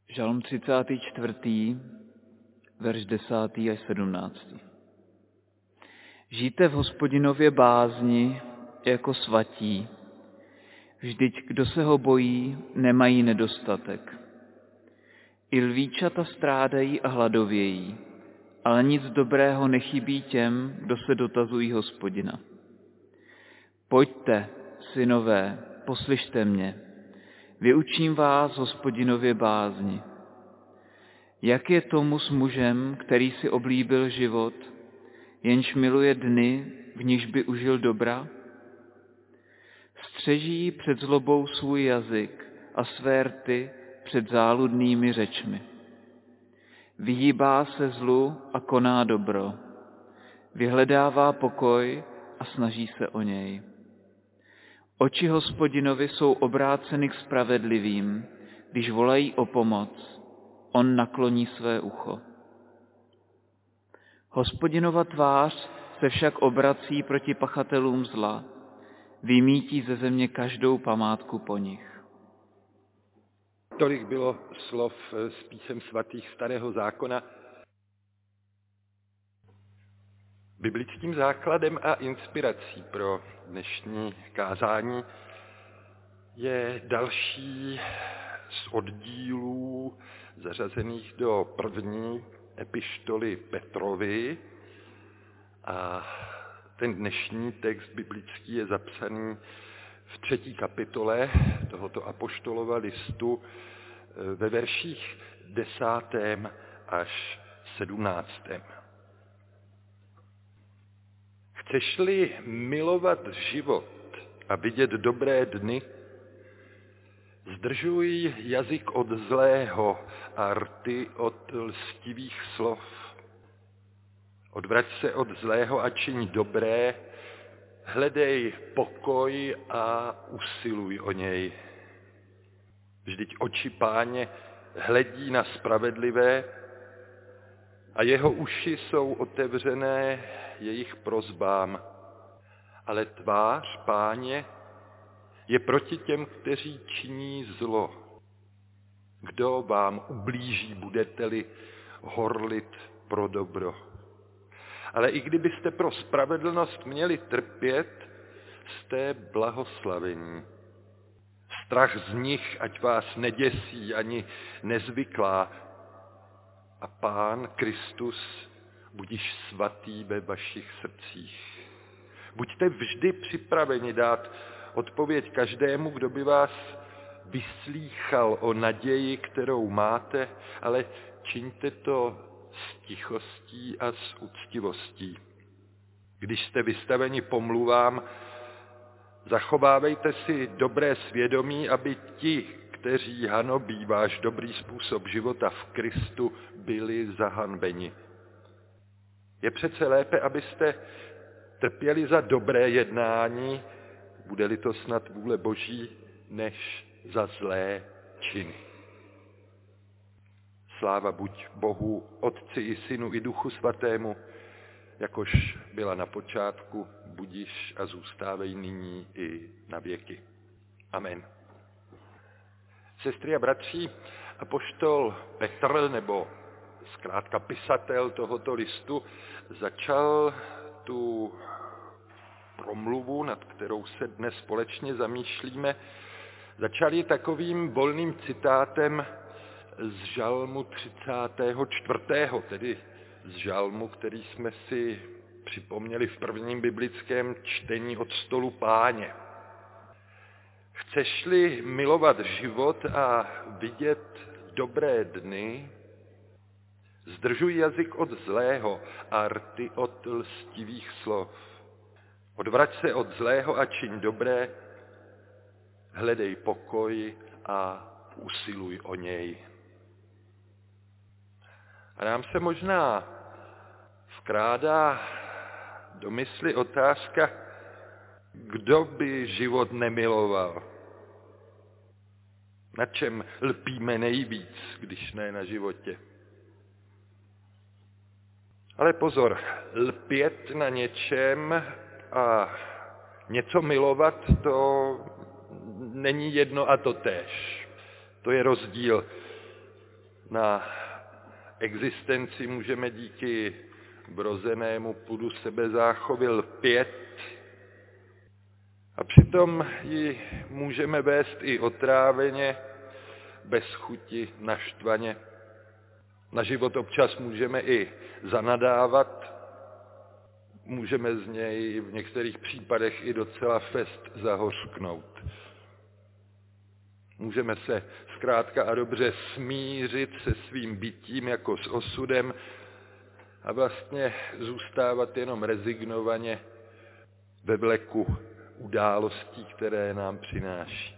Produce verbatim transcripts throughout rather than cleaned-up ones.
Žalm třicátý čtvrtý, verš desátý až sedmnáctý. Žijte v Hospodinově bázni jako svatí, vždyť kdo se ho bojí, nemají nedostatek. I lvíčata strádají a hladovějí, ale nic dobrého nechybí těm, kdo se dotazují Hospodina. Pojďte, synové, poslyšte mě, vyučím vás Hospodinově bázni. Jak je tomu s mužem, který si oblíbil život, jenž miluje dny, v nichž by užil dobra? Střeží před zlobou svůj jazyk a své rty před záludnými řečmi. Vyhýbá se zlu a koná dobro. Vyhledává pokoj a snaží se o něj. Oči Hospodinovi jsou obráceny k spravedlivým, když volají o pomoc, on nakloní své ucho. Hospodinova tvář se však obrací proti pachatelům zla, vymítí ze země každou památku po nich. Tolik bylo slov z písem svatých Starého zákona. Biblickým základem a inspirací pro dnešní kázání je další z oddílů zařazených do první epištoly Petrovi. A ten dnešní text biblický je zapsaný v třetí kapitole tohoto apoštolova listu ve verších desátém až sedmnáctém. Chceš-li milovat život a vidět dobré dny, zdržuj jazyk od zlého a rty od lstivých slov. Odvrať se od zlého a čiň dobré, hledej pokoj a usiluj o něj. Vždyť oči Páně hledí na spravedlivé a jeho uši jsou otevřené jejich prosbám. Ale tvář Páně je proti těm, kteří činí zlo. Kdo vám ublíží, budete-li horlit pro dobro. Ale i kdybyste pro spravedlnost měli trpět, jste blahoslavení. Strach z nich, ať vás neděsí ani nezvyklá. A Pán Kristus budiš svatý ve vašich srdcích. Buďte vždy připraveni dát odpověď každému, kdo by vás vyslýchal o naději, kterou máte, ale čiňte to s tichostí a s úctivostí. Když jste vystaveni pomluvám, zachovávejte si dobré svědomí, aby ti, kteří hanobí váš dobrý způsob života v Kristu, byli zahanbeni. Je přece lépe, abyste trpěli za dobré jednání, bude-li to snad vůle Boží, než za zlé činy. Sláva buď Bohu, Otci i Synu i Duchu Svatému, jakož byla na počátku, budiš a zůstávej nyní i na věky. Amen. Sestry a bratři, apoštol Petr, nebo zkrátka pisatel tohoto listu, začal tu promluvu, nad kterou se dnes společně zamýšlíme, začal ji takovým volným citátem z žalmu třicátého čtvrtého, tedy z žalmu, který jsme si připomněli v prvním biblickém čtení od stolu Páně. Chceš-li milovat život a vidět dobré dny, zdržuj jazyk od zlého a rty od lstivých slov. Odvrať se od zlého a čiň dobré, hledej pokoj a usiluj o něj. A nám se možná vkrádá do mysli otázka, kdo by život nemiloval? Na čem lpíme nejvíc, když ne na životě? Ale pozor, lpět na něčem a něco milovat, to není jedno a to též. To je rozdíl. Na existenci můžeme díky vrozenému pudu sebezáchovy lpět a přitom ji můžeme vést i otráveně, bez chuti, naštvaně. Na život občas můžeme i zanadávat, můžeme z něj v některých případech i docela fest zahořknout. Můžeme se zkrátka a dobře smířit se svým bytím jako s osudem a vlastně zůstávat jenom rezignovaně ve vleku událostí, které nám přináší.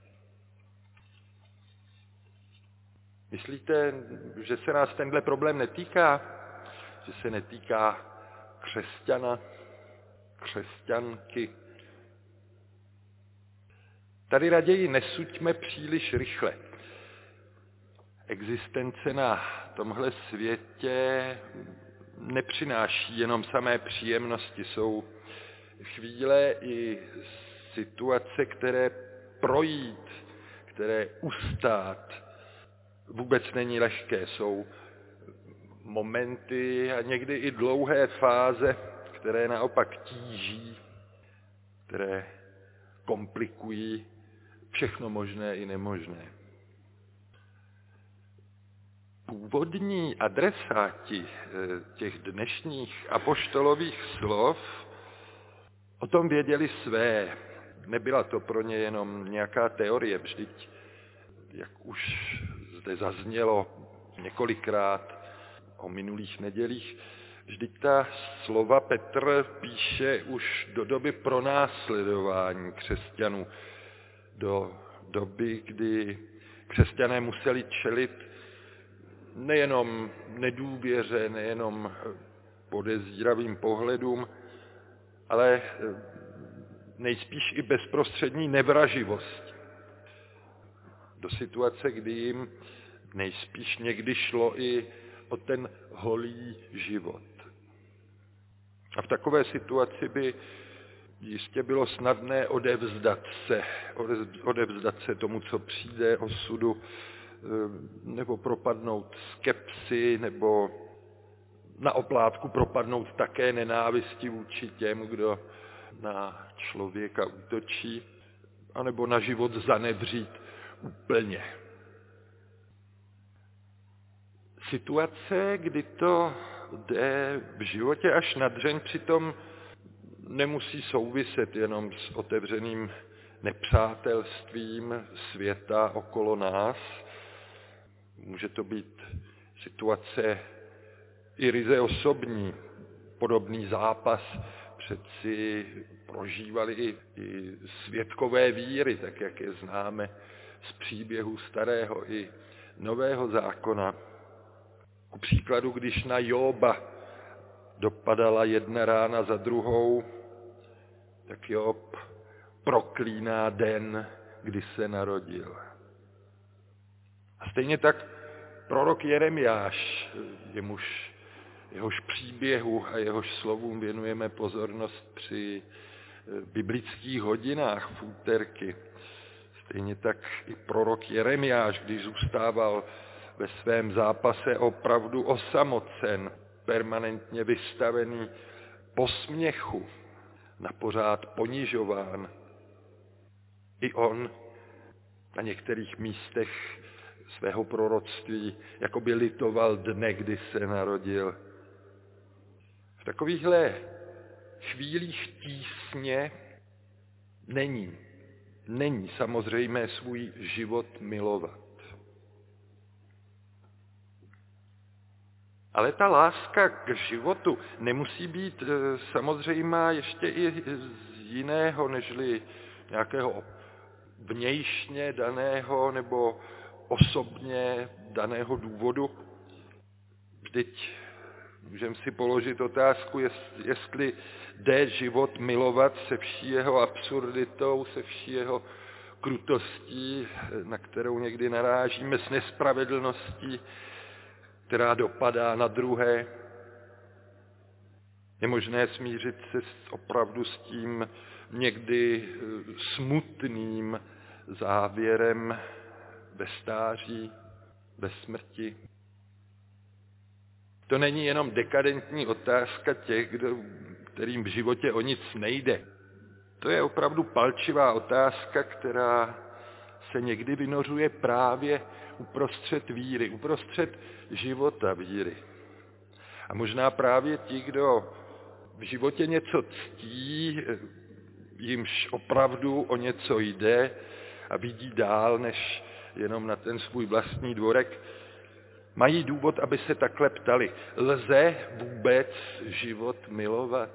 Myslíte, že se nás tenhle problém netýká? Že se netýká křesťana, křesťanky? Tady raději nesuďme příliš rychle. Existence na tomhle světě nepřináší jenom samé příjemnosti. Jsou chvíle i situace, které projít, které ustát, vůbec není lehké. Jsou momenty a někdy i dlouhé fáze, které naopak tíží, které komplikují všechno možné i nemožné. Původní adresáti těch dnešních apoštolových slov o tom věděli své. Nebyla to pro ně jenom nějaká teorie, vždyť, jak už zde zaznělo několikrát o minulých nedělích, vždyť ta slova Petr píše už do doby pronásledování křesťanů, do doby, kdy křesťané museli čelit nejenom nedůvěře, nejenom podezíravým pohledům, ale nejspíš i bezprostřední nevraživost. Do situace, kdy jim nejspíš někdy šlo i o ten holý život. A v takové situaci by jistě bylo snadné odevzdat se, odevzdat se tomu, co přijde, osudu, nebo propadnout skepsi, nebo na oplátku propadnout také nenávisti vůči těm, kdo na člověka útočí, anebo na život zanevřít úplně. Situace, kdy to jde v životě až na dřeň, přitom nemusí souviset jenom s otevřeným nepřátelstvím světa okolo nás. Může to být situace i ryze osobní. Podobný zápas přeci prožívali i, i svědkové víry, tak jak je známe z příběhu Starého i Nového zákona. Ku příkladu, když na Jóba dopadala jedna rána za druhou, tak Job proklíná den, kdy se narodil. A stejně tak prorok Jeremiáš, jemuž, jehož příběhu a jehož slovům věnujeme pozornost při biblických hodinách v úterky. Stejně tak i prorok Jeremiáš, když zůstával ve svém zápase opravdu osamocen, permanentně vystavený posměchu, napořád ponižován. I on na některých místech svého proroctví jakoby litoval dne, kdy se narodil. V takovýchhle chvílích tísně není, není samozřejmé svůj život milovat. Ale ta láska k životu nemusí být samozřejmá ještě i z jiného, nežli nějakého vnějšně daného nebo osobně daného důvodu. Vždyť můžeme si položit otázku, jestli jde život milovat se vší jeho absurditou, se vší jeho krutostí, na kterou někdy narážíme, s nespravedlností, která dopadá na druhé. Je možné smířit se opravdu s tím někdy smutným závěrem ve stáří, ve smrti. To není jenom dekadentní otázka těch, kdo, kterým v životě o nic nejde. To je opravdu palčivá otázka, která se někdy vynořuje právě uprostřed víry, uprostřed života víry. A možná právě ti, kdo v životě něco ctí, jimž opravdu o něco jde a vidí dál, než jenom na ten svůj vlastní dvorek, mají důvod, aby se takhle ptali. Lze vůbec život milovat?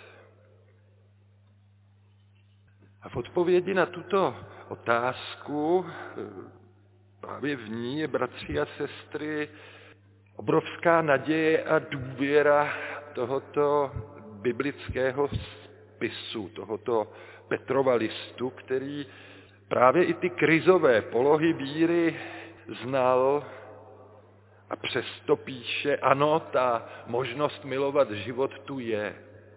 A v odpovědi na tuto otázku, právě v ní je, bratři a sestry, obrovská naděje a důvěra tohoto biblického spisu, tohoto Petrova listu, který právě i ty krizové polohy víry znal a přesto píše, ano, ta možnost milovat život tu je.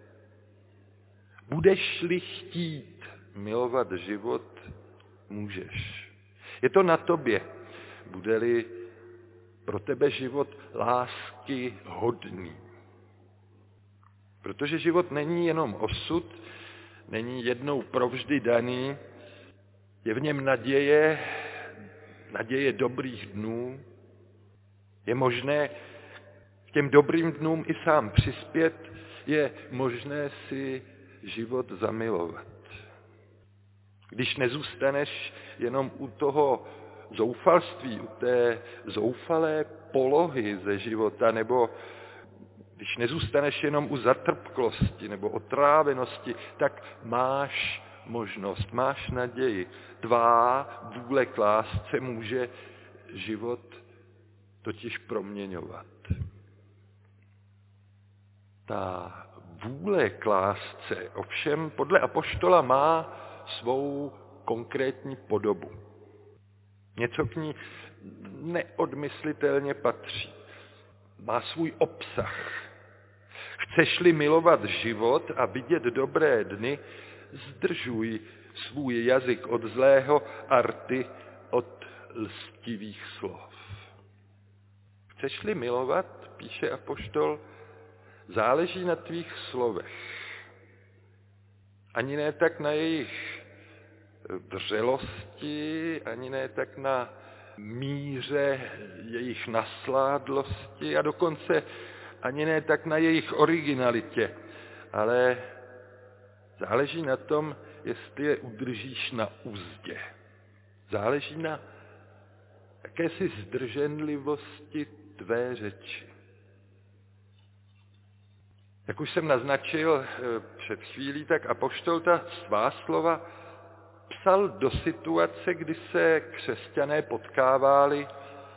Budeš-li chtít milovat život, můžeš. Je to na tobě, bude-li pro tebe život lásky hodný. Protože život není jenom osud, není jednou provždy daný, je v něm naděje, naděje dobrých dnů. Je možné k těm dobrým dnům i sám přispět, je možné si život zamilovat. Když nezůstaneš jenom u toho zoufalství, u té zoufalé polohy ze života, nebo když nezůstaneš jenom u zatrpklosti nebo otrávenosti, tak máš možnost, máš naději. Tvá vůle k lásce může život totiž proměňovat. Ta vůle k lásce ovšem podle apoštola má svou konkrétní podobu. Něco k ní neodmyslitelně patří. Má svůj obsah. Chceš-li milovat život a vidět dobré dny, zdržuj svůj jazyk od zlého a rty od lstivých slov. Chceš-li milovat, píše apoštol, záleží na tvých slovech. Ani ne tak na jejich vřelosti, ani ne tak na míře jejich nasládlosti a dokonce ani ne tak na jejich originalitě, ale záleží na tom, jestli je udržíš na uzdě. Záleží na jakési zdrženlivosti tvé řeči. Jak už jsem naznačil před chvílí, tak apoštol ta svá slova psal do situace, kdy se křesťané potkávali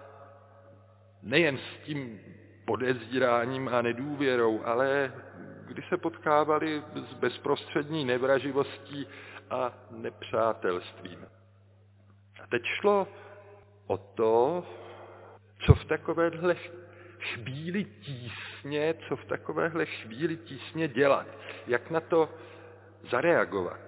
nejen s tím podezíráním a nedůvěrou, ale kdy se potkávali s bezprostřední nevraživostí a nepřátelstvím. A teď šlo o to, co v takovéhle chvíli tísně, co v takovéhle chvíli tísně dělat, jak na to zareagovat.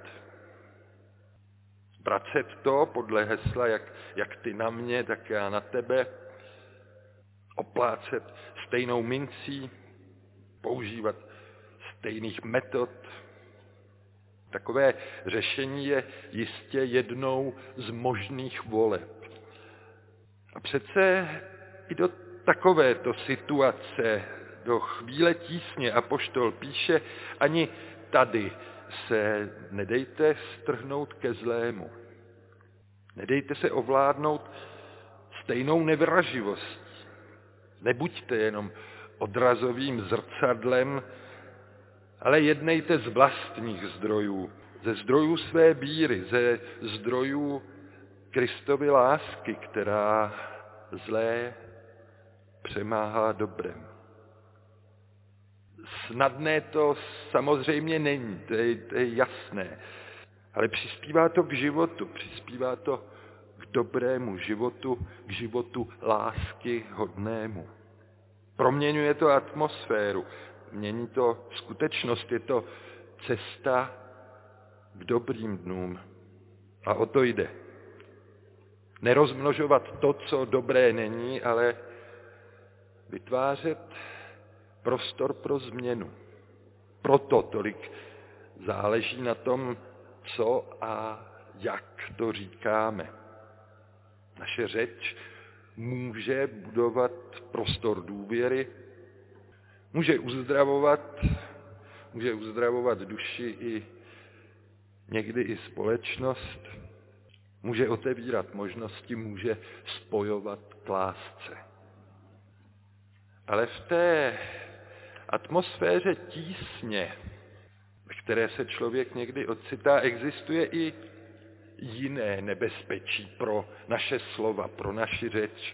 Vracet to podle hesla, jak, jak ty na mě, tak já na tebe, oplácet stejnou mincí, používat stejných metod. Takové řešení je jistě jednou z možných voleb. A přece i do takovéto situace, do chvíle tísně apoštol píše, ani tady se nedejte strhnout ke zlému. Nedejte se ovládnout stejnou nevraživostí. Nebuďte jenom odrazovým zrcadlem, ale jednejte z vlastních zdrojů, ze zdrojů své víry, ze zdrojů Kristovy lásky, která zlé přemáhá dobrem. Snadné to samozřejmě není, to je, to je jasné, ale přispívá to k životu, přispívá to k dobrému životu, k životu lásky hodnému. Proměňuje to atmosféru, mění to skutečnost, je to cesta k dobrým dnům. A o to jde. Nerozmnožovat to, co dobré není, ale vytvářet prostor pro změnu. Proto tolik záleží na tom, co a jak to říkáme. Naše řeč může budovat prostor důvěry, může uzdravovat, může uzdravovat duši i někdy i společnost, může otevírat možnosti, může spojovat k lásce. Ale v té atmosféře tísně, ve které se člověk někdy ocitá, existuje i jiné nebezpečí pro naše slova, pro naši řeč.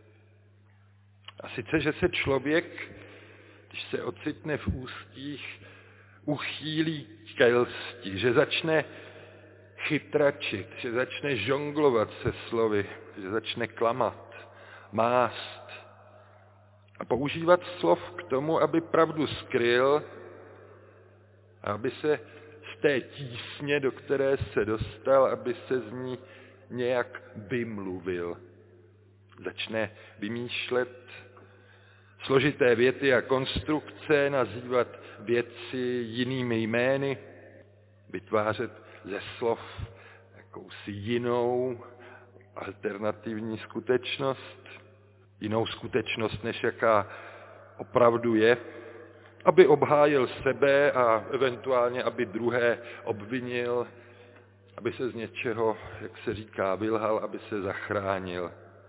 A sice, že se člověk, když se ocitne v ústích, uchýlí ke lsti, že začne chytračit, že začne žonglovat se slovy, že začne klamat, mást a používat slov k tomu, aby pravdu skryl a aby se z té tísně, do které se dostal, aby se z ní nějak vymluvil. Začne vymýšlet složité věty a konstrukce, nazývat věci jinými jmény, vytvářet ze slov jakousi jinou alternativní skutečnost, jinou skutečnost, než jaká opravdu je, aby obhájil sebe a eventuálně, aby druhé obvinil, aby se z něčeho, jak se říká, vylhal, aby se zachránil.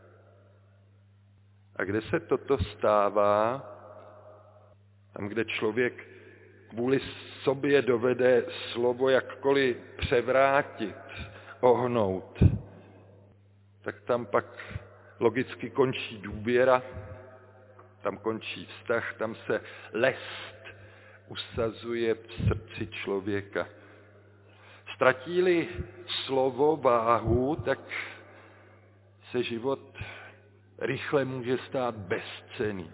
A kde se toto stává? Tam, kde člověk kvůli sobě dovede slovo jakkoliv převrátit, ohnout, tak tam pak logicky končí důvěra, tam končí vztah, tam se lest usazuje v srdci člověka. Ztratí-li slovo váhu, tak se život rychle může stát bezcenným.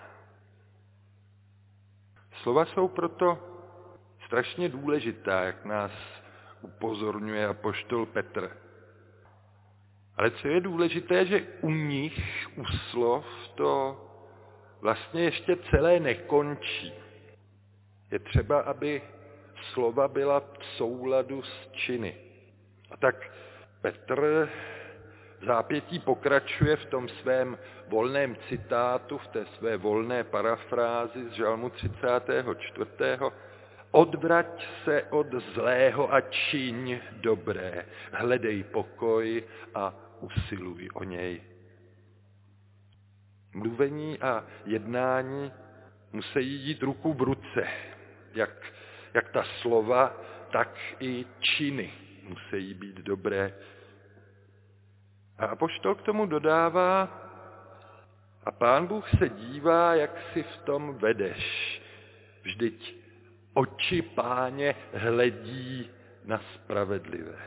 Slova jsou proto strašně důležitá, jak nás upozorňuje apoštol Petr. Ale co je důležité, že u nich, u slov, to vlastně ještě celé nekončí. Je třeba, aby slova byla v souladu s činy. A tak Petr v zápětí pokračuje v tom svém volném citátu, v té své volné parafrázi z žalmu třicátého čtvrtého Odvrať se od zlého a čiň dobré, hledej pokoj a usiluj o něj. Mluvení a jednání musí jít ruku v ruce, jak, jak ta slova, tak i činy musí být dobré. A apoštol k tomu dodává, a Pán Bůh se dívá, jak si v tom vedeš. Vždyť oči Páně hledí na spravedlivé.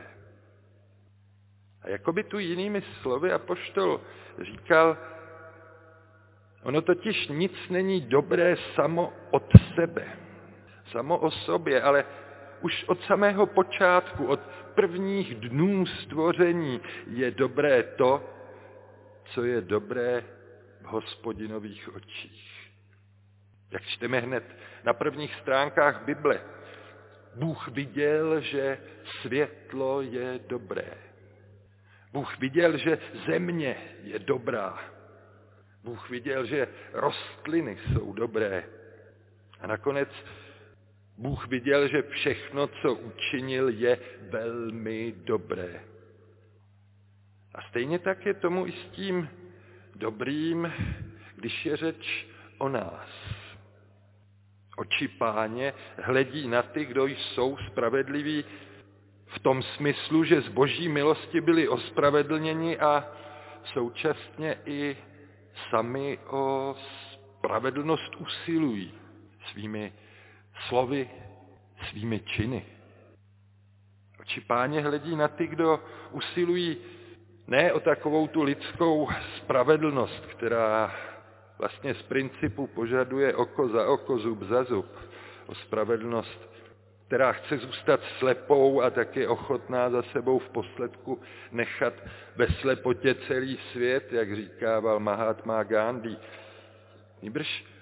A jakoby tu jinými slovy apoštol říkal, ono totiž nic není dobré samo od sebe, samo o sobě, ale už od samého počátku, od prvních dnů stvoření je dobré to, co je dobré v Hospodinových očích. Jak čteme hned na prvních stránkách Bible, Bůh viděl, že světlo je dobré. Bůh viděl, že země je dobrá. Bůh viděl, že rostliny jsou dobré. A nakonec Bůh viděl, že všechno, co učinil, je velmi dobré. A stejně tak je tomu i s tím dobrým, když je řeč o nás. Oči Páně hledí na ty, kdo jsou spravedliví v tom smyslu, že z boží milosti byli ospravedlněni a současně i sami o spravedlnost usilují svými slovy, svými činy. Oči Páně hledí na ty, kdo usilují ne o takovou tu lidskou spravedlnost, která vlastně z principu požaduje oko za oko, zub za zub, o spravedlnost, která chce zůstat slepou a tak je ochotná za sebou v posledku nechat ve slepotě celý svět, jak říkával Mahatma Gandhi. Nýbrž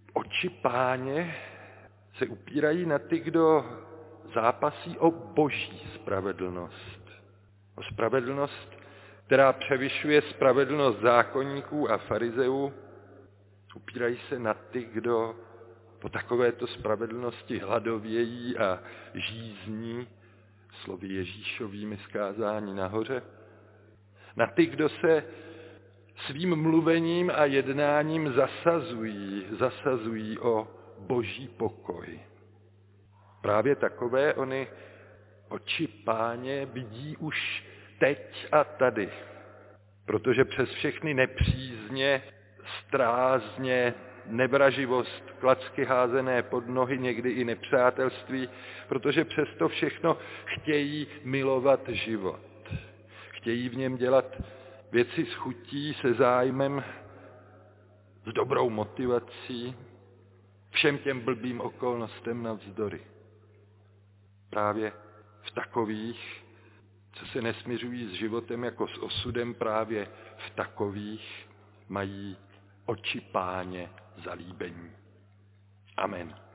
Oči Páně se upírají na ty, kdo zápasí o boží spravedlnost. O spravedlnost, která převyšuje spravedlnost zákonníků a farizeů. Upírají se na ty, kdo po takovéto spravedlnosti hladovějí a žízní, slovy Ježíšovými zkázání nahoře. Na ty, kdo se svým mluvením a jednáním zasazují, zasazují o boží pokoj. Právě takové oni oči Páně vidí už teď a tady, protože přes všechny nepřízně, strázně, nevraživost, klacky házené pod nohy, někdy i nepřátelství, protože přes to všechno chtějí milovat život. Chtějí v něm dělat věci s chutí, se zájmem, s dobrou motivací, všem těm blbým okolnostem navzdory. Právě v takových, co se nesmiřují s životem jako s osudem, právě v takových mají oči Páně zalíbení. Amen.